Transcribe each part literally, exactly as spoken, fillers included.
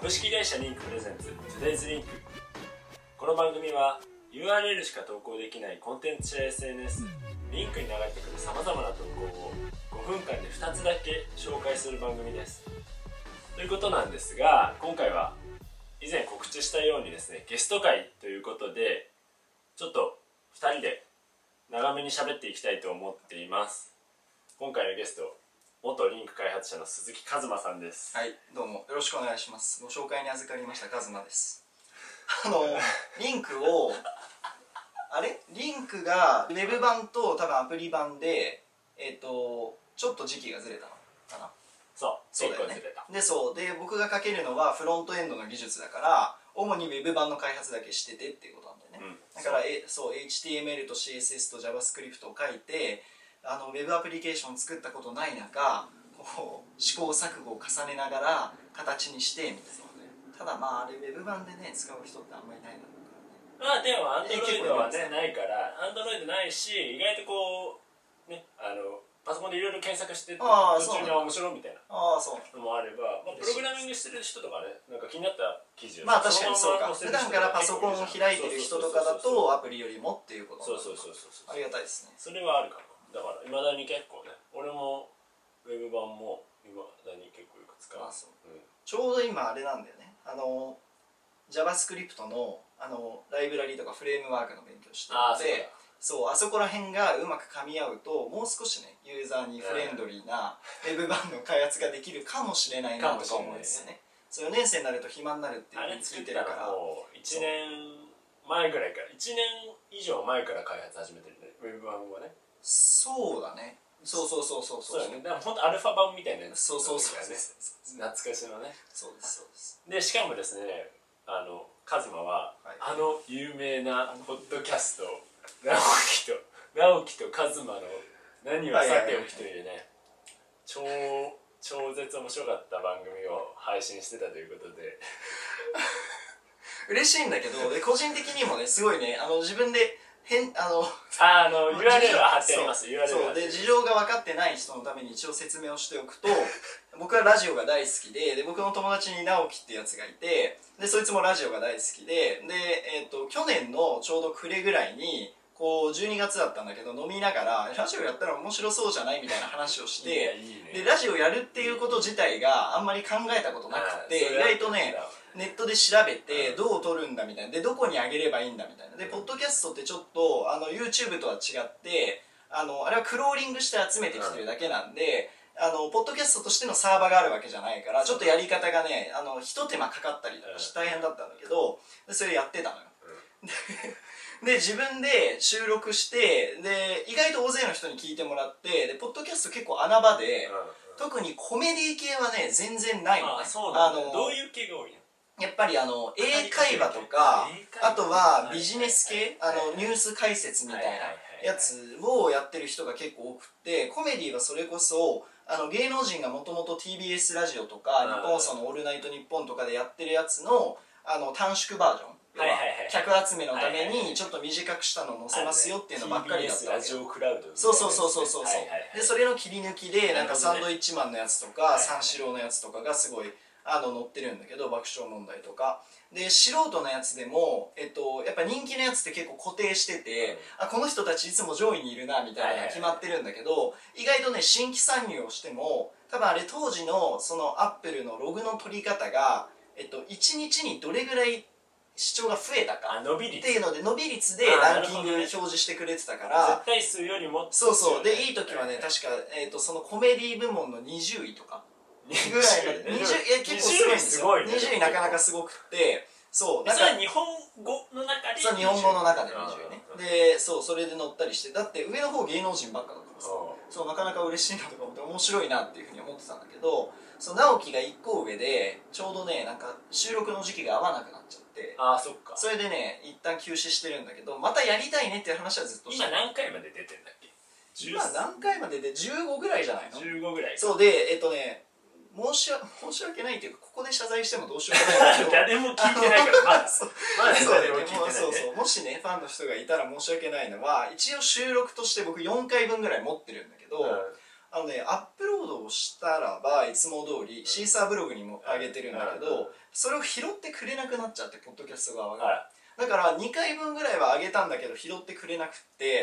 株式会社リンクプレゼンツ Today's リンク。この番組は ユーアールエル しか投稿できないコンテンツや エスエヌエス リンクに流れてくるさまざまな投稿をごふんかんでふたつだけ紹介する番組です。ということなんですが、今回は以前告知したようにですね、ゲスト会ということでちょっとふたりで長めに喋っていきたいと思っています。今回のゲスト、元リンク開発者の鈴木一馬さんです。 はい、どうもよろしくお願いします。ご紹介に預かりました一馬です。あのリンクをあれリンクがウェブ版と多分アプリ版でえっ、ー、とちょっと時期がずれたのかな。 そうそうだよね。 結構ずれた。 でそうで僕が書けるのはフロントエンドの技術だから主にウェブ版の開発だけしててっていうことなんだよね、うん、だからえそう エイチティーエムエル と シーエスエス と JavaScript を書いてあのウェブアプリケーションを作ったことない中こう試行錯誤を重ねながら形にしてみたいな、ね、ただまああれウェブ版でね使う人ってあんまりいないだろうからね。 まあでも Android はねないから Android ないし、意外とこうねあのパソコンでいろいろ検索して途中に面白いみたいなのもあれば、まあ、プログラミングしてる人とかね、なんか気になった記事をまあ確かにそうか、普段からパソコンを開いてる人とかだとアプリよりもっていうことなのか。 そうそうそうそう、 ありがたいですね。 それはあるかも。だからいまだに結構ね、俺もウェブ版もいまだに結構よく使う。あ、そう、うん、 ちょうど今あれなんだよね、あの JavaScript のあのライブラリとかフレームワークの勉強してるので、そうあそこら辺がうまく噛み合うともう少しねユーザーにフレンドリーなウェブ版の開発ができるかもしれないなとか思うんですよね。そうよねん生になると暇になるっていうふうに聞いてるから、 もういちねんまえぐらいからいちねん以上前から開発始めてるね、ウェブ版はね。 そうだね、そうそうそうそうそうだね。だから本当アルファ版みたいなやつ、 そうそうそう懐かしのね。 そうですそうです。 でしかもですね、あのカズマは、はい、あの有名なポッドキャスト直樹と直樹とカズマの何はさておきというね、超超絶面白かった番組を配信してたということで嬉しいんだけど、個人的にもねすごいね、あの自分で変あのあの ユーアールエル は貼ってあります。 ユーアールエルそうで事情が分かってない人のために一応説明をしておくと僕はラジオが大好きで、で僕の友達に直樹ってやつがいて、でそいつもラジオが大好きで、で、えー、と去年のちょうど暮れぐらいにこうじゅうにがつだったんだけど飲みながらラジオやったら面白そうじゃないみたいな話をしていい、ね、でラジオやるっていうこと自体があんまり考えたことなくて、意外とねネットで調べてどう撮るんだみたいな、でどこに上げればいいんだみたいな、でポッドキャストってちょっとあの YouTube とは違ってあのあれはクローリングして集めてきてるだけなんで、あのポッドキャストとしてのサーバーがあるわけじゃないから、ちょっとやり方がねあの一手間かかったりとかして大変だったんだけど、でそれやってたのよ。で自分で収録して、で意外と大勢の人に聞いてもらって、でポッドキャスト結構穴場で、うんうん、特にコメディ系はね全然ないのね。 あ、そうなんだ。あのどういう系が多いの？ やっぱりあの英会話とか、あとはビジネス系、あのニュース解説みたいなやつをやってる人が結構多くて、コメディはそれこそあの芸能人がもともと ティービーエス ラジオとか日本放送のオールナイトニッポンとかでやってるやつのあの短縮バージョン、客集めのためにちょっと短くしたのを載せますよっていうのばっかりだったわけよ。そうそうそうそうそう。でそれの切り抜きでなんかサンドイッチマンのやつとか三四郎のやつとかがすごいあの載ってるんだけど、爆笑問題とかで素人のやつでも、えっと、やっぱ人気のやつって結構固定してて、あこの人たちいつも上位にいるなみたいなのが決まってるんだけど、意外とね新規参入をしても多分あれ当時のそのアップルのログの取り方が、えっと、いちにちにどれぐらい視聴が増えたかっていうので伸び率でランキング表示してくれてたから、 絶対数よりもそうそうでいい時はね確か、えっと、そのコメディ部門のにじゅういとかぐらいまで、にじゅういや結構すごいんですよ。にじゅういなかなかすごくって、そうなんかそれは日本語の中で、 そう日本語の中でにじゅういね。で、そうそれで載ったりして、だって上の方芸能人ばっかだからさ、そうなかなか嬉しいなとか思って面白いなっていうふうに思ってたんだけど、そう直樹がいっこ上でちょうどねなんか収録の時期が合わなくなっちゃって、 ああそっか。 それでね一旦休止してるんだけど、またやりたいねっていう話はずっとしてる。 今何回まで出てんだっけ？ 今何回まででじゅうごぐらいじゃないの？ じゅうごぐらい。 そうでえっとね。申し, 申し訳ないというか、ここで謝罪してもどうしようもないけど誰も聞いてないからまだまだ誰も聞いてない、ね、そうそうもしねファンの人がいたら申し訳ないのは、一応収録として僕よんかいぶんぐらい持ってるんだけど、うん、 あのねアップロードをしたらばいつも通りシーサーブログにも上げてるんだけど、それを拾ってくれなくなっちゃって、ポッドキャスト側が。だからにかいぶんぐらいは上げたんだけど拾ってくれなくって、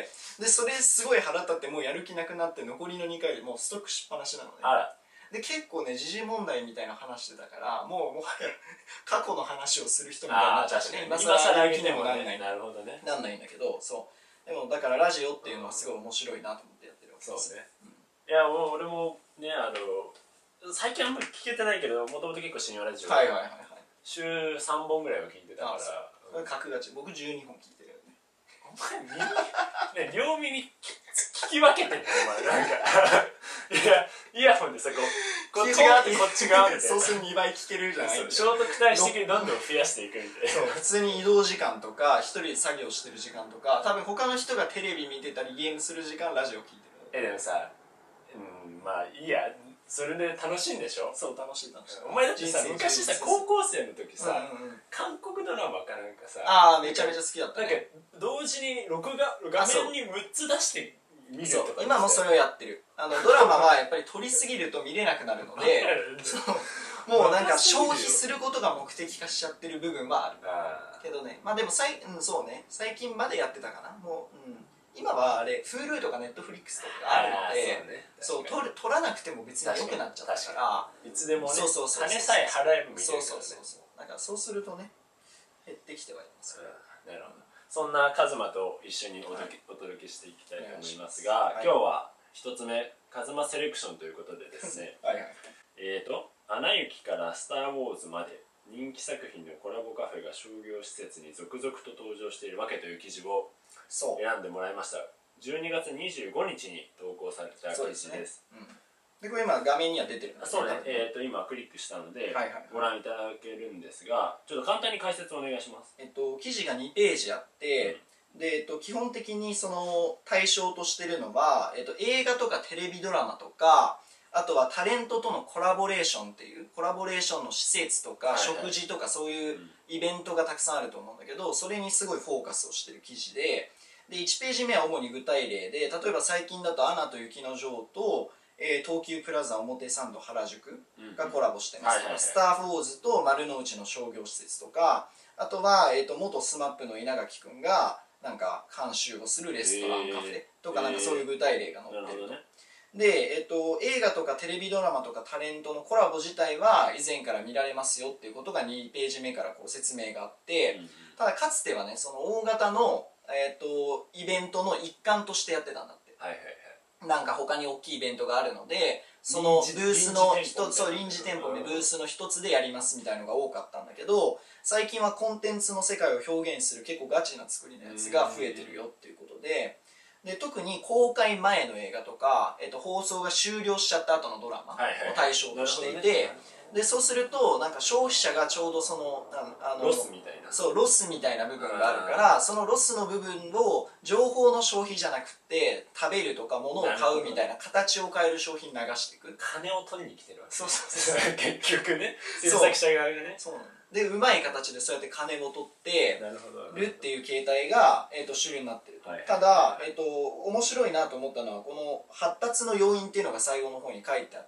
でそれすごい腹立ってもうやる気なくなって、残りのにかいでもうストックしっぱなしなのね。 あら。 で結構ね時事問題みたいな話してたから、もうもはや過去の話をする人みたいになっちゃってね、 今更上げてもなんない、 なるほどね、 なんないんだけど、そうでもだからラジオっていうのはすごい面白いなと思ってやってるわけです。 そうね、うん、いやもう俺もね、あの最近あんまり聞けてないけど、もともと結構深夜ラジオはいはいはいはい週さんぼんぐらいは聞いてたから、 それ格がち、僕じゅうにほん聞いてるよね。 お前耳ね、両耳聞き分けてんのお前なんかいやイヤホンでさ、こうこっち側ってこっち側みたいなそうするにばい聞けるじゃない。 聖徳太子的にどんどん増やしていくみたいな。 そう普通に移動時間とか一人で作業してる時間とか、多分他の人がテレビ見てたりゲームする時間ラジオ聞いてる。 えでもさ、うんまあいいや、それで楽しいんでしょ。 そう楽しい楽しい。 お前だってさ昔さ高校生の時さ、 うんうん、 韓国ドラマかなんかさ、 ああめちゃめちゃ好きだったね。 なんか同時に録画画面にむっつ出して見るとか。 今もそれをやってる。あのドラマはやっぱり撮りすぎると見れなくなるのでもうなんか消費することが目的化しちゃってる部分はあるあけどね。まあでもさい、うん、そうね、最近までやってたかな。もう、うん、今はあれ Hulu とか Netflix とかがあるので、そう撮る撮らなくても別に良くなっちゃったから、 いつでもね、 そうそうそう、 金さえ払えば見れるからね。 そうそうそうそう。だからそうするとね減ってきてはいますから、 うん、なるほど。そんなカズマと一緒にお届け、はい、お届けしていきたいと思いますが、はい、今日は一つ目カズマセレクションということでですねはい、はい、 えーと「アナ雪」から「スター・ウォーズ」まで人気作品のコラボカフェが商業施設に続々と登場しているわけという記事を選んでもらいました。じゅうにがつにじゅうごにちに投稿された記事です。 でこれ今画面には出てるんですね。 そうね、えーと今クリックしたのでご覧いただけるんですが、ちょっと簡単に解説をお願いします。 えっと記事がにページあって、うん、で、えっと、基本的にその対象としてるのは、えっと、映画とかテレビドラマとか、あとはタレントとのコラボレーションっていうコラボレーションの施設とか、はいはい、食事とかそういうイベントがたくさんあると思うんだけど、それにすごいフォーカスをしてる記事で、でいちページ目は主に具体例で、例えば最近だと「アナと雪の女王」とえー、東急プラザ表参道原宿がコラボしてますとか、スター・ウォーズと丸の内の商業施設とか、あとは、えー、と元スマップの稲垣くんがなんか監修をするレストランカフェとか、なんかそういう具体例が載ってると。で、えー、と映画とかテレビドラマとかタレントのコラボ自体は以前から見られますよっていうことがにページ目からこう説明があって、ただかつてはね、その大型の、えー、とイベントの一環としてやってたんだって。はいはいはい。なんか他に大きいイベントがあるので、そのブースの一つ、臨時店舗でブースの一つでやりますみたいのが多かったんだけど、最近はコンテンツの世界を表現する結構ガチな作りのやつが増えてるよっていうことで、で特に公開前の映画とか、えっと、放送が終了しちゃった後のドラマを対象としていて、でそうするとなんか消費者がちょうどそのあのロスみたいなそうロスみたいな部分があるから、そのロスの部分を情報の消費じゃなくて食べるとか物を買うみたいな形を変える商品流していく。 金を取りに来てるわけ。 そうそうそう結局ね、制作者側がね。 そうなんでうまい形でそうやって金を取ってるっていう形態が、えー、と主流になってると。ただ、えー、と面白いなと思ったのはこの発達の要因っていうのが最後の方に書いてあって、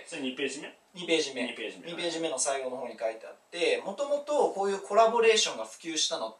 それにページ目にページ目にページ目にページ目の最後の方に書いてあって、もともとこういうコラボレーションが普及したのって、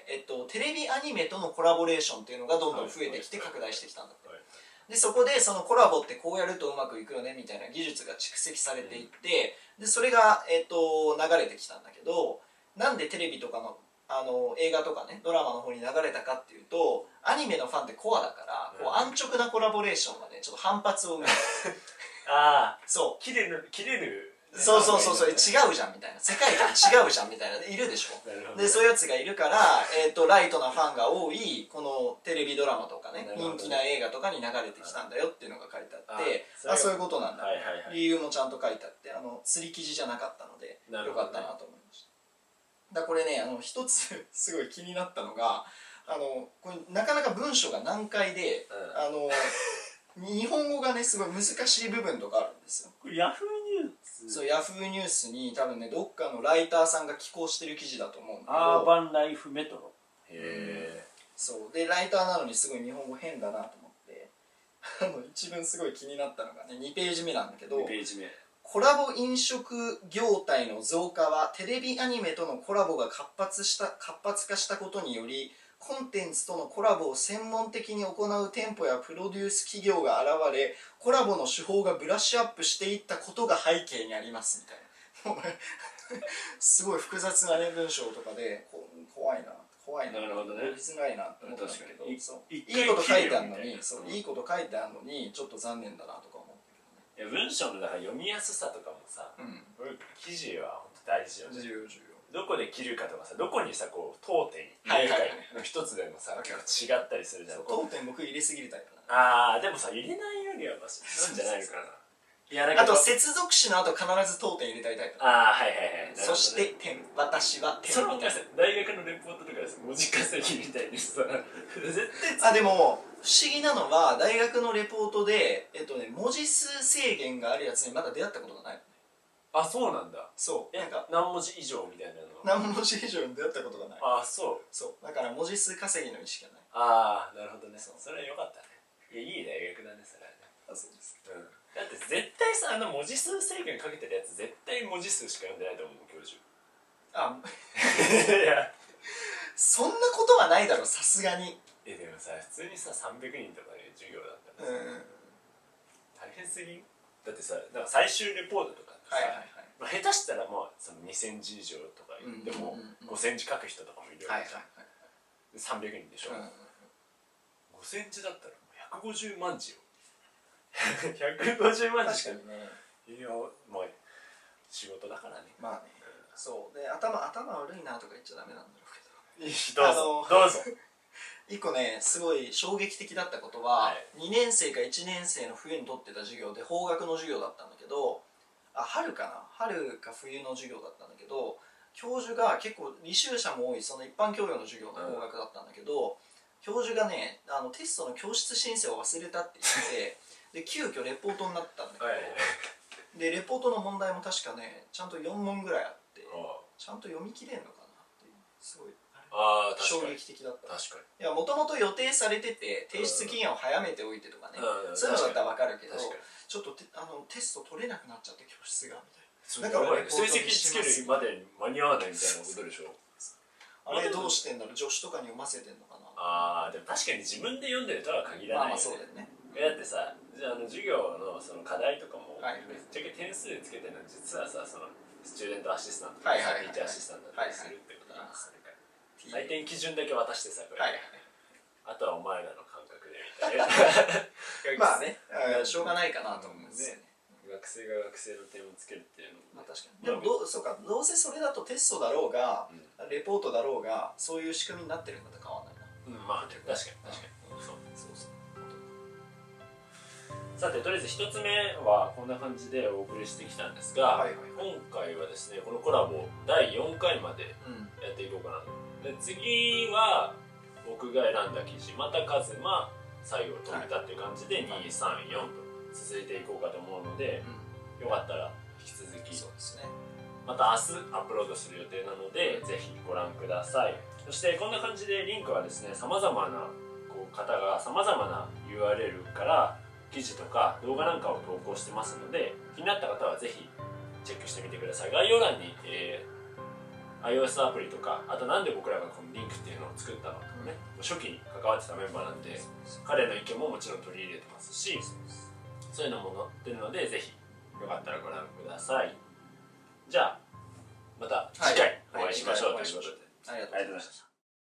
えっと、テレビアニメとのコラボレーションっていうのがどんどん増えてきて拡大してきたんだって。でそこでそのコラボってこうやるとうまくいくよねみたいな技術が蓄積されていって、でそれが、えっと、流れてきたんだけど、なんでテレビとかのあの映画とかねドラマの方に流れたかっていうと、アニメのファンってコアだから、こう安直なコラボレーションがねちょっと反発を生むああそう切れる切れるそうそうそうそう、違うじゃんみたいな、世界観違うじゃんみたいな、いるでしょ。でそういうやつがいるから、えー、とライトなファンが多いこのテレビドラマとかね、人気な映画とかに流れてきたんだよっていうのが書いてあって、ああそういうことなんだ、はいはいはい、理由もちゃんと書いてあって、あの釣り記事じゃなかったのでよかったなと思いました。だこれね、あの一つすごい気になったのが、あのこれなかなか文章が難解で、うん、あの日本語がねすごい難しい部分とかあるんですよ。 これヤフーニュース、 そうヤフーニュースに多分ねどっかのライターさんが寄稿してる記事だと思うんだけど、 アーバンライフメトロ、へえ、 そうでライターなのにすごい日本語変だなと思ってあの一文すごい気になったのがねにページ目なんだけど、 にページ目、 コラボ飲食業態の増加はテレビアニメとのコラボが活発した活発化したことにより、コンテンツとのコラボを専門的に行う店舗やプロデュース企業が現れ、コラボの手法がブラッシュアップしていったことが背景にありますみたいなすごい複雑な、ね、文章とかでこ怖いな怖いな、 なるほどね、 読みづらいなって思ったんだけど、 いそういいいこと書いてあるのに、 いいそういいこと書いてあるのにちょっと残念だなとか思ういや文章のだから読みやすさとかもさ、 けどね。 これ記事は本当大事ようん、 ね。 重要重要。 どこで切るかとかさ、どこにさこう当店はい入れるはいはいかの一つでもさ、 わかる違ったりするじゃん。 当店僕入れすぎるタイプだな。 ああでもさ入れないよりはマシなんじゃないのかな。いやなんかあと接続詞の後必ず当店入れたいタイプだ。 ああはいはいはい、 そして点、私は点それもみたいな。 大学のレポートとかでさ文字稼ぎみたいにさ絶対あでも不思議なのは大学のレポートでえっとね文字数制限があるやつにまだ出会ったことがない。 あそうなんだ。 そうえなんか何文字以上みたいなの。 何文字以上に出会ったことがない。 あそうそうだから文字数稼ぎの意識がない。 ああなるほどね。 そうそれはよかったね。いやいい大学だねそれはね。 あそうです。 うん、だって絶対さあの文字数制限かけてるやつ絶対文字数しか読んでないと思う教授。 あいやそんなことはないだろさすがに。 えでもさ普通にささんびゃくにんとかで授業だったうん。 らさ、大変すぎん。だってさなんか最終レポートとかってさ、 はいはいはい。 まあ、下手したらもうそのにセンチ以上とか言ってもうんうんうんうんごセンチ書く人とかもいるわけじゃん、 はいでさんびゃくにんでしょ、 うんうん、 ごセンチだったらひゃくごじゅうまん字よひゃくごじゅうまん字しか確かにね。 いやまあ仕事だからね。 まあね。そうで頭頭悪いなとか言っちゃダメなんだろうけど。 いいどうぞどうぞ一個ねすごい衝撃的だったことは、 はい、 にねん生かいちねん生の冬に取ってた授業で法学の授業だったんだけど、あ春かな春か冬の授業だったんだけど、教授が結構履修者も多いその一般教養の授業の法学だったんだけど、うん、教授がねあのテストの教室申請を忘れたって言ってで急遽レポートになったんだけど、はい、でレポートの問題も確かねちゃんとよん問ぐらいあってちゃんと読み切れんのかなっていうすごいあ衝撃的だった。 確かに。 いやもともと予定されてて提出期限を早めておいてとかね、うん、そういうのだったら分かるけどちょっとあのテスト取れなくなっちゃって教室がみたいな。 だから成績つけるまでに間に合わないみたいなことでしょあれどうしてんだろう助手とかに読ませてんのかな。 ああでも確かに自分で読んでるとは限らないよね。まあまあそうだよね。だってさじゃあの授業のその課題とかもぶっちゃけ点数つけてるのは実はさそのスチューデントアシスタントとかティーチャーアシスタントだったりするってことだから採点基準だけ渡してさこれ、はいはい、あとはお前らの感覚でみたいなまあねしょうがないかなと思うんですよね。 学生が学生の点をつけるっていうのも、 まあ確かに。でもどうそうかどうせそれだとテストだろうが、うん、レポートだろうがそういう仕組みになってるんだと変わらないな。 うんまあ確かに確かに、うん、そうそうそう。さてとりあえずひとつめはこんな感じでお送りしてきたんですが、はいはいはい、今回はですねこのコラボだいよんかいまでやっていこうかなと、うん、で次は僕が選んだ記事またカズマ最後飛びたっていう感じで、はい、にさんよんと続いていこうかと思うので、うん、よかったら引き続きそうですねまた明日アップロードする予定なので、うん、ぜひご覧ください。そしてこんな感じでリンクはですねさまざまなこう方がさまざまな ユーアールエル から記事とか動画なんかを投稿してますので気になった方はぜひチェックしてみてください。概要欄に、えー、iOS アプリとかあとなんで僕らがこのリンクっていうのを作ったのとかね、うん、初期に関わってたメンバーなんで彼の意見ももちろん取り入れてますしそういうのも載ってるのでぜひよかったらご覧ください。じゃあ